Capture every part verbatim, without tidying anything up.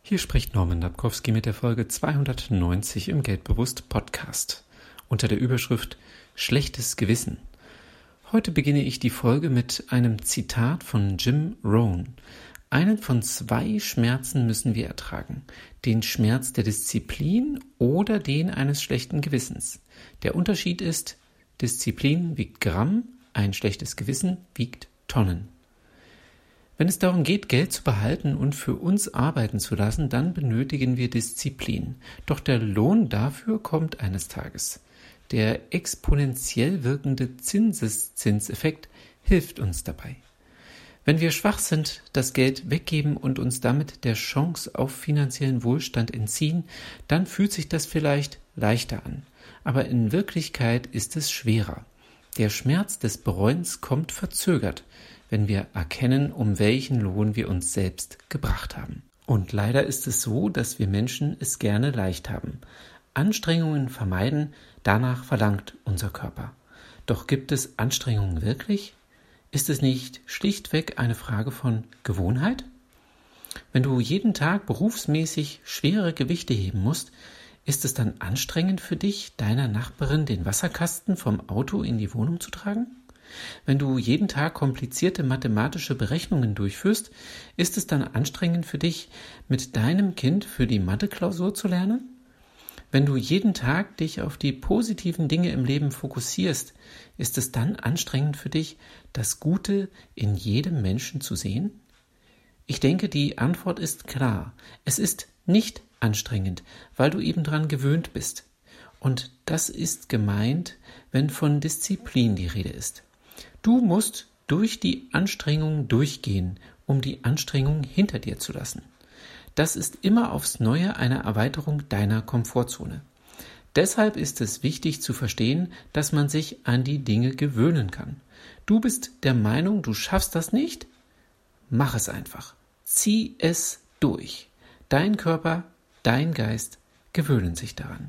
Hier spricht Norman Dabkowski mit der Folge zweihundertneunzig im Geldbewusst Podcast unter der Überschrift Schlechtes Gewissen. Heute beginne ich die Folge mit einem Zitat von Jim Rohn. Einen von zwei Schmerzen müssen wir ertragen, den Schmerz der Disziplin oder den eines schlechten Gewissens. Der Unterschied ist, Disziplin wiegt Gramm, ein schlechtes Gewissen wiegt Tonnen. Wenn es darum geht, Geld zu behalten und für uns arbeiten zu lassen, dann benötigen wir Disziplin. Doch der Lohn dafür kommt eines Tages. Der exponentiell wirkende Zinseszinseffekt hilft uns dabei. Wenn wir schwach sind, das Geld weggeben und uns damit der Chance auf finanziellen Wohlstand entziehen, dann fühlt sich das vielleicht leichter an. Aber in Wirklichkeit ist es schwerer. Der Schmerz des Bereuens kommt verzögert, wenn wir erkennen, um welchen Lohn wir uns selbst gebracht haben. Und leider ist es so, dass wir Menschen es gerne leicht haben. Anstrengungen vermeiden, danach verlangt unser Körper. Doch gibt es Anstrengungen wirklich? Ist es nicht schlichtweg eine Frage von Gewohnheit? Wenn du jeden Tag berufsmäßig schwere Gewichte heben musst, ist es dann anstrengend für dich, deiner Nachbarin den Wasserkasten vom Auto in die Wohnung zu tragen? Wenn du jeden Tag komplizierte mathematische Berechnungen durchführst, ist es dann anstrengend für dich, mit deinem Kind für die Mathe-Klausur zu lernen? Wenn du jeden Tag dich auf die positiven Dinge im Leben fokussierst, ist es dann anstrengend für dich, das Gute in jedem Menschen zu sehen? Ich denke, die Antwort ist klar. Es ist nicht anstrengend, weil du eben dran gewöhnt bist. Und das ist gemeint, wenn von Disziplin die Rede ist. Du musst durch die Anstrengung durchgehen, um die Anstrengung hinter dir zu lassen. Das ist immer aufs Neue eine Erweiterung deiner Komfortzone. Deshalb ist es wichtig zu verstehen, dass man sich an die Dinge gewöhnen kann. Du bist der Meinung, du schaffst das nicht? Mach es einfach. Zieh es durch. Dein Körper, dein Geist gewöhnen sich daran.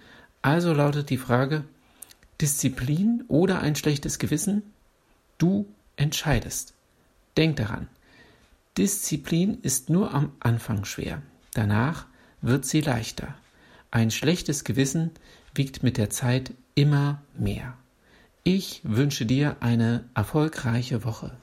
Also lautet die Frage, Disziplin oder ein schlechtes Gewissen? Du entscheidest. Denk daran, Disziplin ist nur am Anfang schwer. Danach wird sie leichter. Ein schlechtes Gewissen wiegt mit der Zeit immer mehr. Ich wünsche dir eine erfolgreiche Woche.